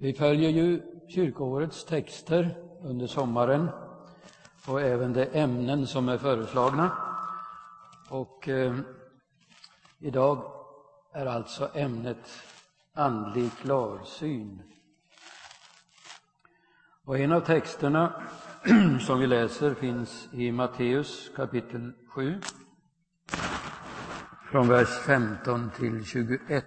Vi följer ju kyrkoårets texter under sommaren och även de ämnen som är föreslagna. Och idag är alltså ämnet andlig klarsyn. Och en av texterna som vi läser finns i Matteus kapitel 7, från vers 15 till 21.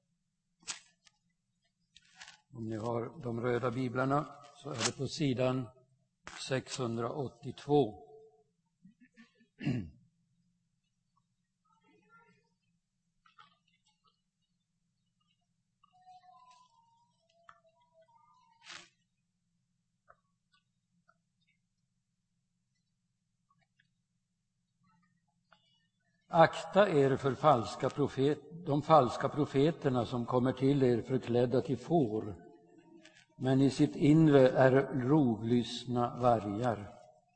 Om ni har de röda biblarna så är det på sidan 682. Akta er för de falska profeterna som kommer till er förklädda till får, men i sitt inre är rovlystna vargar.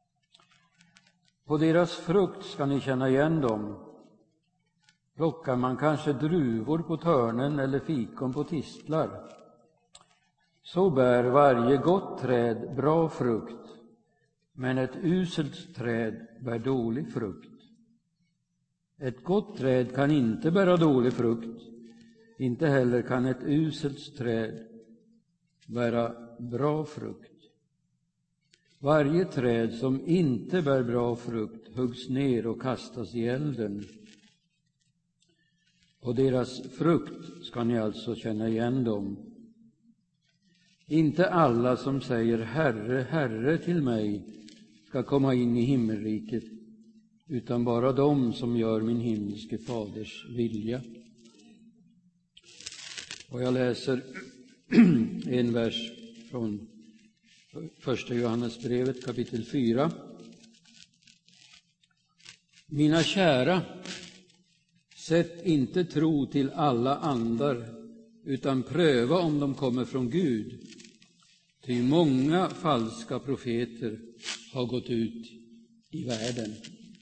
På deras frukt ska ni känna igen dem. Plockar man kanske druvor på törnen eller fikon på tistlar, så bär varje gott träd bra frukt, men ett uselt träd bär dålig frukt. Ett gott träd kan inte bära dålig frukt, inte heller kan ett uselt träd bära bra frukt. Varje träd som inte bär bra frukt huggs ner och kastas i elden. Och deras frukt ska ni alltså känna igen dem. Inte alla som säger Herre, Herre till mig ska komma in i himmelriket, utan bara de som gör min himmelske faders vilja. Och jag läser en vers från första Johannesbrevet kapitel 4. Mina kära, sätt inte tro till alla andar, utan pröva om de kommer från Gud. Ty många falska profeter har gått ut i världen.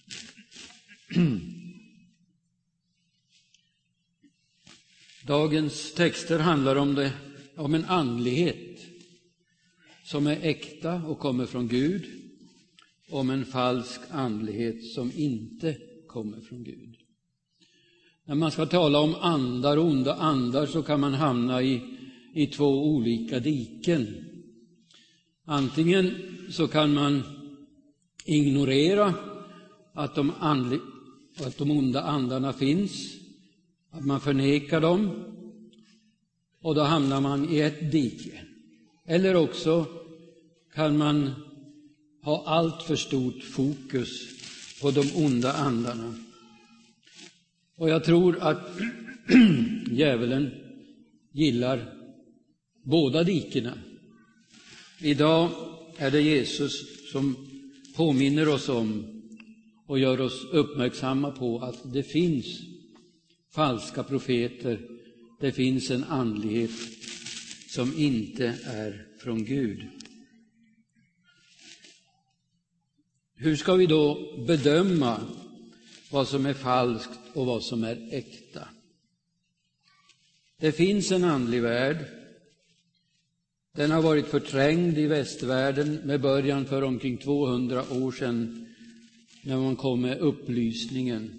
Dagens texter handlar om en andlighet som är äkta och kommer från Gud, om en falsk andlighet som inte kommer från Gud. När man ska tala om andar och onda andar så kan man hamna i två olika diken. Antingen så kan man ignorera att de onda andarna finns, att man förnekar dem, och då hamnar man i ett dike. Eller också kan man ha allt för stort fokus på de onda andarna. Och jag tror att djävulen gillar båda dikena. Idag är det Jesus som påminner oss om och gör oss uppmärksamma på att det finns falska profeter, det finns en andlighet som inte är från Gud. Hur ska vi då bedöma vad som är falskt och vad som är äkta? Det finns en andlig värld. Den har varit förträngd i västvärlden med början för omkring 200 år sedan, när man kom med upplysningen.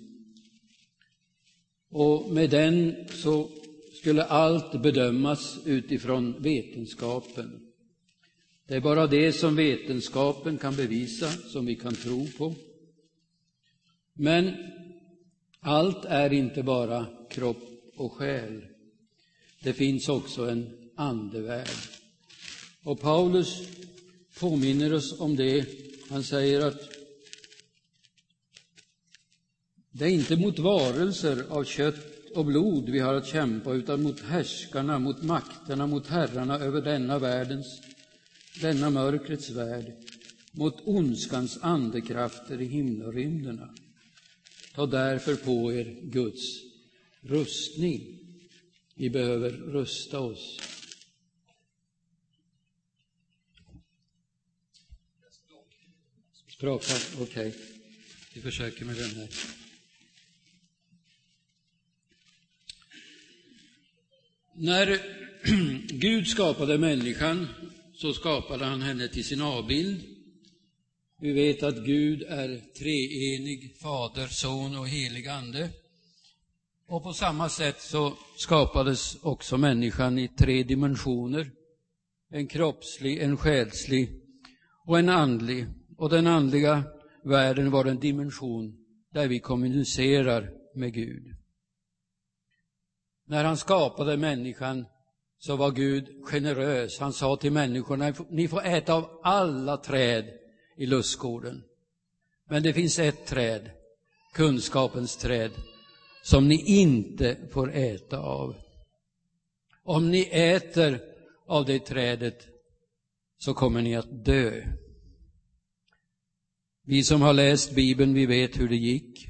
Och med den så skulle allt bedömas utifrån vetenskapen. Det är bara det som vetenskapen kan bevisa som vi kan tro på. Men allt är inte bara kropp och själ. Det finns också en andevärld. Och Paulus påminner oss om det. Han säger att det är inte mot varelser av kött och blod vi har att kämpa, utan mot härskarna, mot makterna, mot herrarna över denna mörkrets värld, mot ondskans andekrafter i himlarymderna. Ta därför på er Guds rustning. Vi behöver rusta oss. Språka, okej. Vi försöker med den här. När Gud skapade människan, så skapade han henne till sin avbild. Vi vet att Gud är treenig, Fader, Son och helig ande. Och på samma sätt så skapades också människan i 3 dimensioner. En kroppslig, en själslig och en andlig. Och den andliga världen var en dimension där vi kommunicerar med Gud. När han skapade människan så var Gud generös. Han sa till människorna, ni får äta av alla träd i lustgården. Men det finns ett träd, kunskapens träd, som ni inte får äta av. Om ni äter av det trädet så kommer ni att dö. Vi som har läst Bibeln, vi vet hur det gick.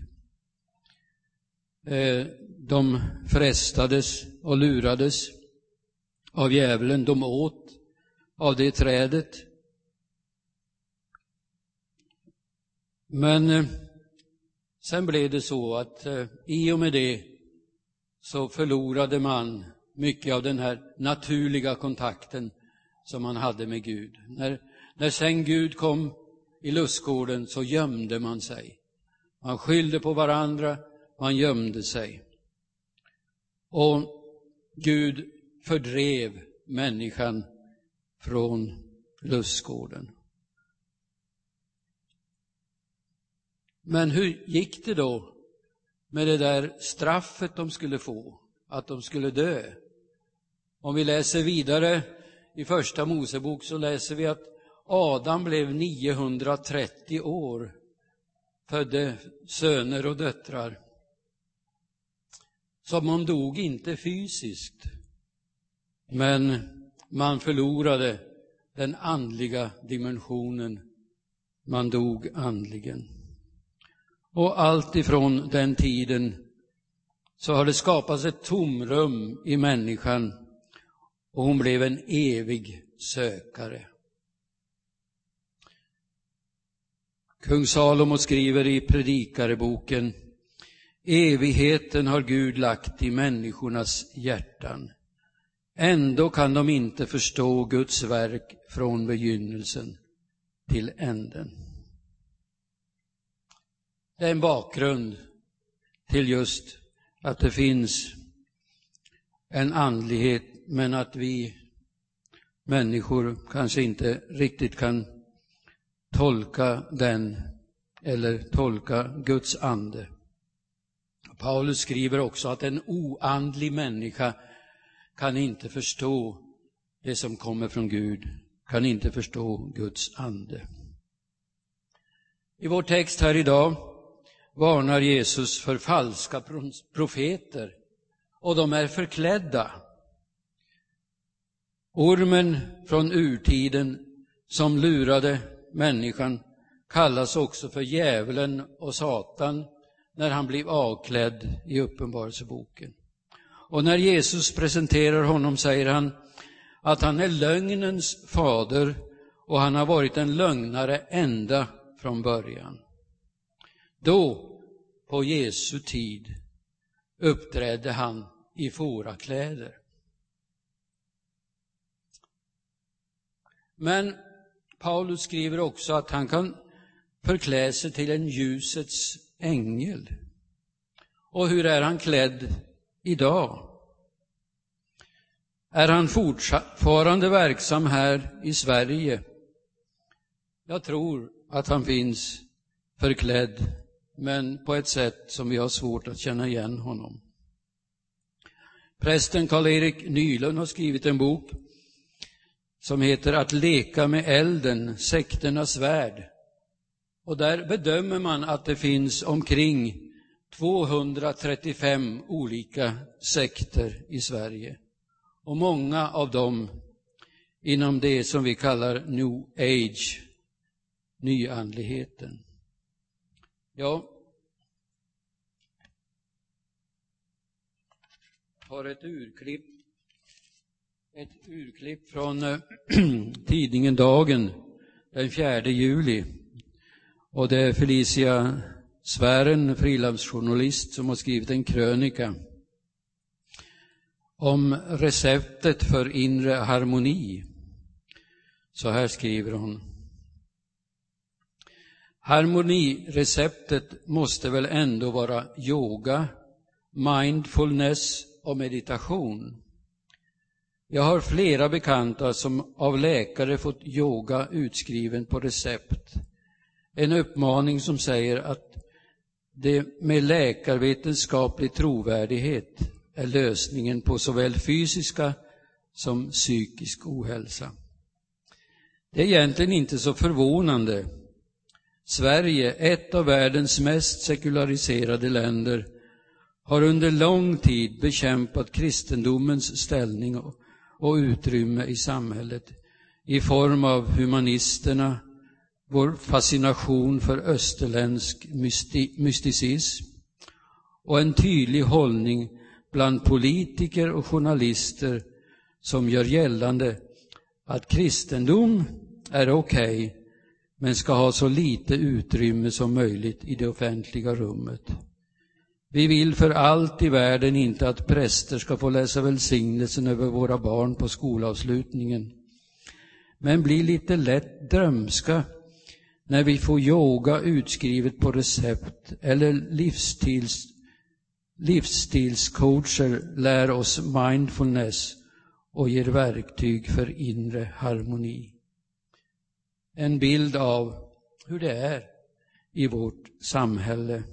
De frestades och lurades av djävulen. De åt av det trädet. Men sen blev det så att i och med det så förlorade man mycket av den här naturliga kontakten som man hade med Gud. När sen Gud kom i lustgården så gömde man sig. Man skyllde på varandra, man gömde sig. Och Gud fördrev människan från lustgården. Men hur gick det då med det där straffet de skulle få, att de skulle dö? Om vi läser vidare i första Mosebok så läser vi att Adam blev 930 år, födde söner och döttrar. Så man dog inte fysiskt, men man förlorade den andliga dimensionen. Man dog andligen. Och allt ifrån den tiden så har det skapats ett tomrum i människan och hon blev en evig sökare. Kung Salomo skriver i Predikareboken: evigheten har Gud lagt i människornas hjärtan. Ändå kan de inte förstå Guds verk från begynnelsen till änden. Det är en bakgrund till just att det finns en andlighet, men att vi människor kanske inte riktigt kan tolka den eller tolka Guds ande. Paulus skriver också att en oandlig människa kan inte förstå det som kommer från Gud, kan inte förstå Guds ande. I vår text här idag varnar Jesus för falska profeter, och de är förklädda. Ormen från urtiden som lurade människan kallas också för djävulen och Satan när han blev avklädd i Uppenbarelseboken. Och när Jesus presenterar honom säger han att han är lögnens fader och han har varit en lögnare ända från början. Då, på Jesu tid, uppträdde han i fårakläder. Men Paulus skriver också att han kan förklä sig till en ljusets ängel. Och hur är han klädd idag? Är han fortfarande verksam här i Sverige? Jag tror att han finns förklädd, men på ett sätt som vi har svårt att känna igen honom. Prästen Karl-Erik Nylund har skrivit en bok som heter Att leka med elden, sekternas värld. Och där bedömer man att det finns omkring 235 olika sekter i Sverige. Och många av dem inom det som vi kallar New Age, nyandligheten. Jag har ett urklipp från tidningen Dagen den 4 juli. Och det är Felicia Svären, frilansjournalist, som har skrivit en krönika. om receptet för inre harmoni. Så här skriver hon: harmonireceptet måste väl ändå vara yoga, mindfulness och meditation. Jag har flera bekanta som av läkare fått yoga utskriven på recept. En uppmaning som säger att det med läkarvetenskaplig trovärdighet är lösningen på såväl fysiska som psykisk ohälsa. Det är egentligen inte så förvånande. Sverige, ett av världens mest sekulariserade länder, har under lång tid bekämpat kristendomens ställning och utrymme i samhället i form av humanisterna, vår fascination för österländsk mysticism och en tydlig hållning bland politiker och journalister som gör gällande att kristendom är okej, men ska ha så lite utrymme som möjligt i det offentliga rummet. Vi vill för allt i världen inte att präster ska få läsa välsignelsen över våra barn på skolavslutningen, men blir lite lätt drömska när vi får yoga utskrivet på recept eller livsstilscoacher lär oss mindfulness och ger verktyg för inre harmoni. En bild av hur det är i vårt samhälle.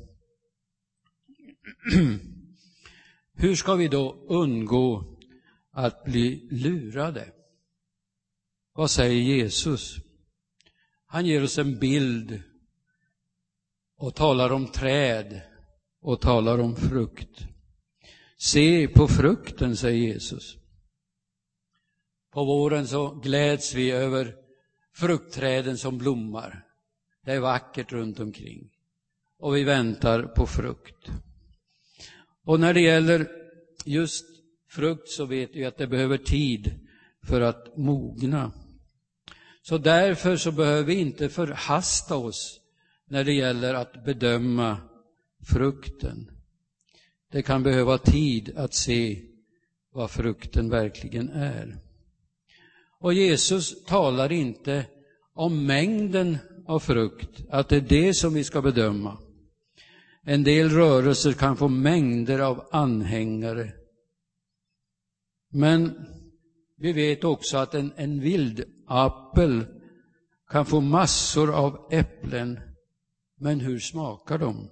Hur ska vi då undgå att bli lurade? Vad säger Jesus? Han ger oss en bild och talar om träd och talar om frukt. Se på frukten, säger Jesus. På våren så gläds vi över fruktträden som blommar. Det är vackert runt omkring. Och vi väntar på frukt. Och när det gäller just frukt så vet vi att det behöver tid för att mogna. Så därför så behöver vi inte förhasta oss när det gäller att bedöma frukten. Det kan behöva tid att se vad frukten verkligen är. Och Jesus talar inte om mängden av frukt, att det är det som vi ska bedöma. En del rörelser kan få mängder av anhängare. Men vi vet också att en vildapel kan få massor av äpplen. Men hur smakar de?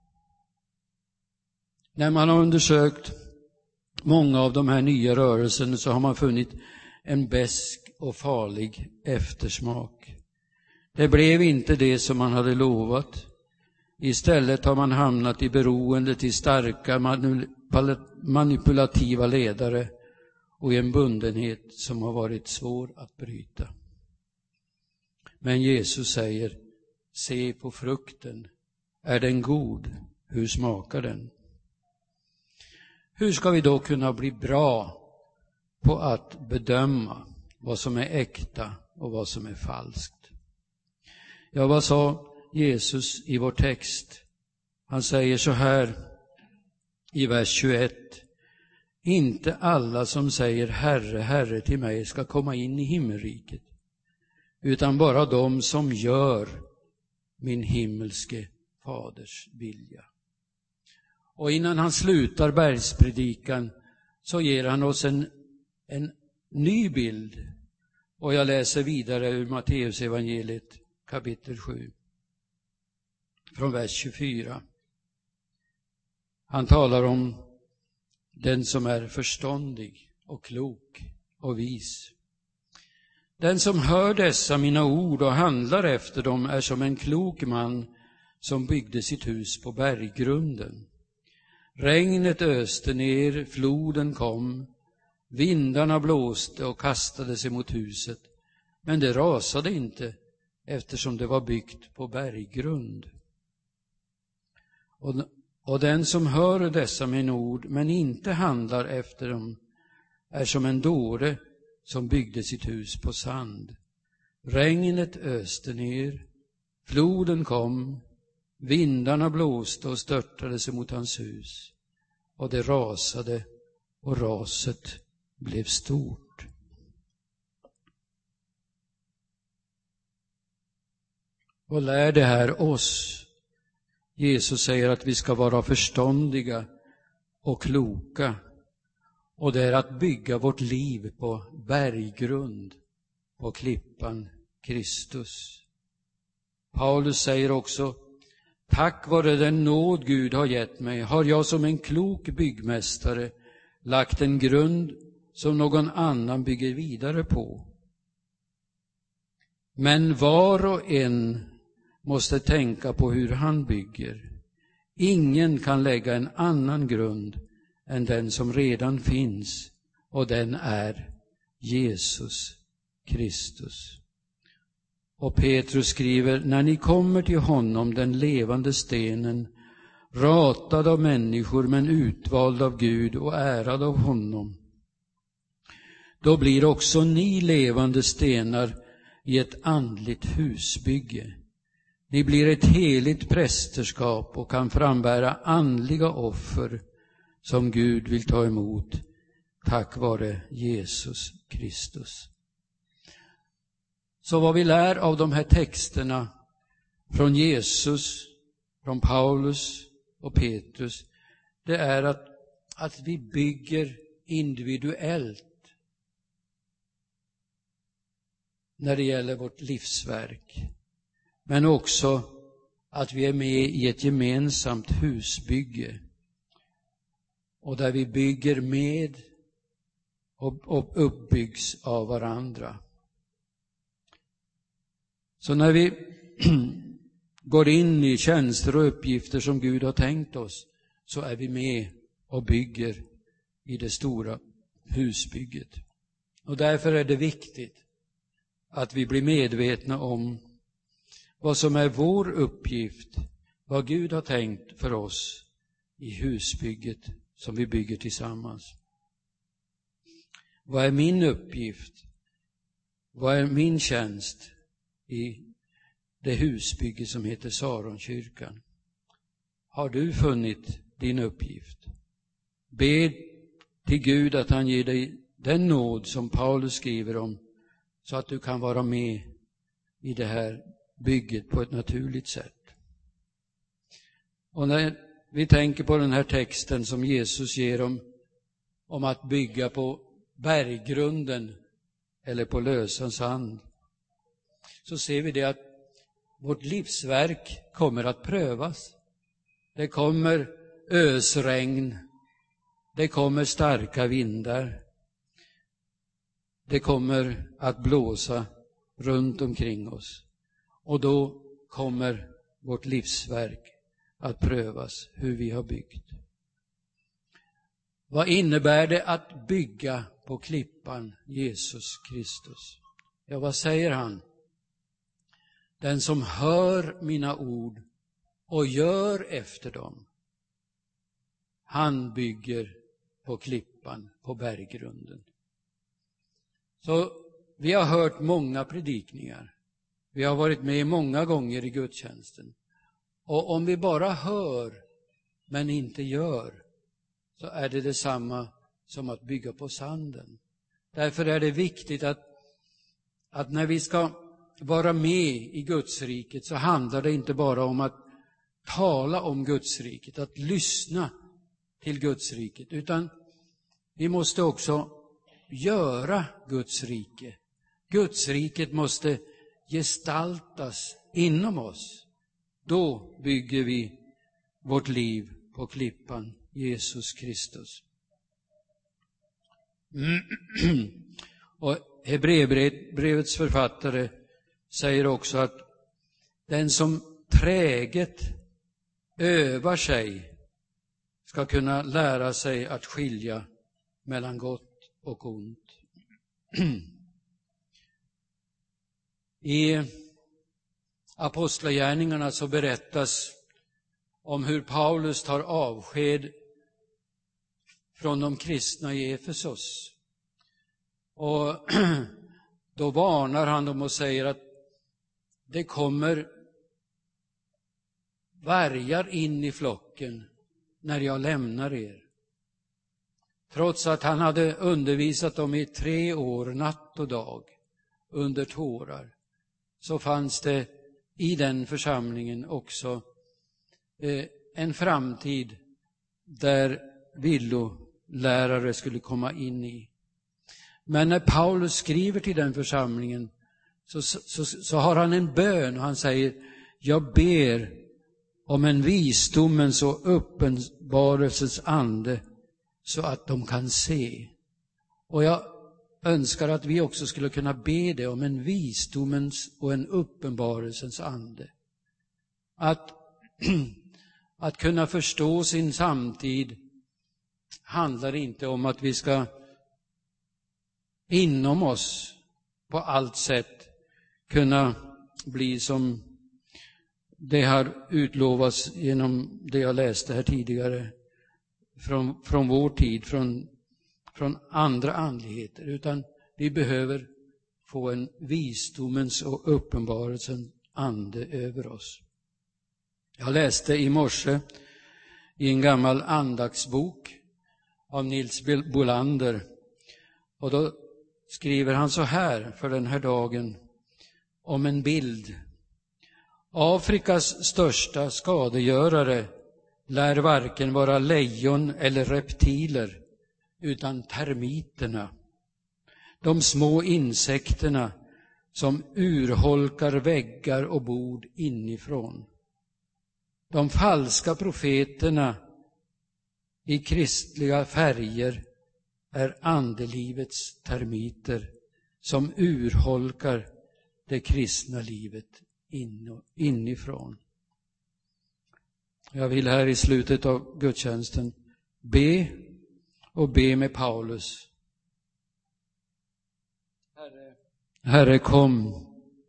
När man har undersökt många av de här nya rörelserna så har man funnit en besk och farlig eftersmak. Det blev inte det som man hade lovat. Istället har man hamnat i beroende till starka manipulativa ledare och i en bundenhet som har varit svår att bryta. Men Jesus säger: se på frukten. Är den god? Hur smakar den? Hur ska vi då kunna bli bra på att bedöma vad som är äkta och vad som är falskt? Ja, vad sa Jesus i vår text? Han säger så här i vers 21: inte alla som säger Herre, Herre till mig ska komma in i himmelriket, utan bara de som gör min himmelske faders vilja. Och innan han slutar bergspredikan så ger han oss en ny bild. Och jag läser vidare ur Matteus evangeliet kapitel 7 från vers 24. Han talar om den som är förståndig och klok och vis. Den som hör dessa mina ord och handlar efter dem är som en klok man som byggde sitt hus på berggrunden. Regnet öste ner, floden kom, vindarna blåste och kastade sig mot huset, men det rasade inte eftersom det var byggt på berggrund. Och den som hör dessa mina ord men inte handlar efter dem är som en dåre som byggde sitt hus på sand. Regnet öste ner, floden kom, vindarna blåste och störtade sig mot hans hus, och det rasade och raset blev stort. Vad lär det här oss? Jesus säger att vi ska vara förståndiga och kloka. Och det är att bygga vårt liv på berggrund, på klippan Kristus. Paulus säger också: tack vare den nåd Gud har gett mig har jag som en klok byggmästare lagt en grund som någon annan bygger vidare på. Men var och en måste tänka på hur han bygger. Ingen kan lägga en annan grund än den som redan finns, och den är Jesus Kristus. Och Petrus skriver: när ni kommer till honom, den levande stenen, ratad av människor men utvald av Gud och ärad av honom, då blir också ni levande stenar i ett andligt husbygge. Ni blir ett heligt prästerskap och kan frambära andliga offer som Gud vill ta emot tack vare Jesus Kristus. Så vad vi lär av de här texterna från Jesus, från Paulus och Petrus, det är att vi bygger individuellt när det gäller vårt livsverk. Men också att vi är med i ett gemensamt husbygge. Och där vi bygger med och uppbyggs av varandra. Så när vi går in i tjänster och uppgifter som Gud har tänkt oss, så är vi med och bygger i det stora husbygget. Och därför är det viktigt att vi blir medvetna om vad som är vår uppgift, vad Gud har tänkt för oss i husbygget som vi bygger tillsammans. Vad är min uppgift? Vad är min tjänst i det husbygge som heter Saronkyrkan? Har du funnit din uppgift? Be till Gud att han ger dig den nåd som Paulus skriver om, så att du kan vara med i det här bygget på ett naturligt sätt. Och när vi tänker på den här texten som Jesus ger om att bygga på berggrunden eller på lösan sand, så ser vi det att vårt livsverk kommer att prövas. Det kommer ösregn, det kommer starka vindar, det kommer att blåsa runt omkring oss. Och då kommer vårt livsverk att prövas, hur vi har byggt. Vad innebär det att bygga på klippan Jesus Kristus? Ja, vad säger han? Den som hör mina ord och gör efter dem, han bygger på klippan, på berggrunden. Så vi har hört många predikningar. Vi har varit med många gånger i gudstjänsten. Och om vi bara hör men inte gör, så är det detsamma som att bygga på sanden. Därför är det viktigt att när vi ska vara med i Guds riket, så handlar det inte bara om att tala om Guds riket, att lyssna till Guds riket, utan vi måste också göra Guds rike. Guds riket måste gestaltas inom oss. Då bygger vi vårt liv på klippan Jesus Kristus. Och Hebreerbrevets författare säger också att den som träget övar sig ska kunna lära sig att skilja mellan gott och ont. I Apostlagärningarna så berättas om hur Paulus tar avsked från de kristna i Efesos. Och då varnar han dem och säger att det kommer vargar in i flocken när jag lämnar er. Trots att han hade undervisat dem i 3 år, natt och dag, under tårar, så fanns det i den församlingen också en framtid där villolärare skulle komma in i. Men när Paulus skriver till den församlingen så har han en bön och han säger: jag ber om en visdomens och uppenbarelsens ande så att de kan se. Och jag önskar att vi också skulle kunna be det om en visdomens och en uppenbarelsens ande. Att kunna förstå sin samtid handlar inte om att vi ska inom oss på allt sätt kunna bli som det har utlovats genom det jag läste här tidigare från vår tid, från andra andligheter, utan vi behöver få en visdomens och uppenbarelsens ande över oss. Jag läste i morse i en gammal andaktsbok av Nils Bolander, och då skriver han så här för den här dagen om en bild. Afrikas största skadegörare lär varken vara lejon eller reptiler, utan termiterna. De små insekterna som urholkar väggar och bord inifrån. De falska profeterna i kristliga färger är andelivets termiter som urholkar det kristna livet inifrån. Jag vill här i slutet av gudstjänsten be med Paulus. Herre, kom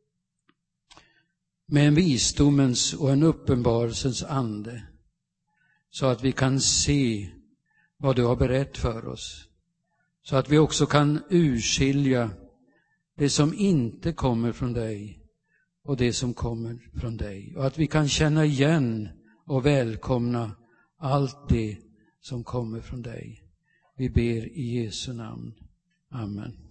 med en visdomens och en uppenbarelsens ande så att vi kan se vad du har berättat för oss. Så att vi också kan urskilja det som inte kommer från dig och det som kommer från dig. Och att vi kan känna igen och välkomna allt det som kommer från dig. Vi ber i Jesu namn. Amen.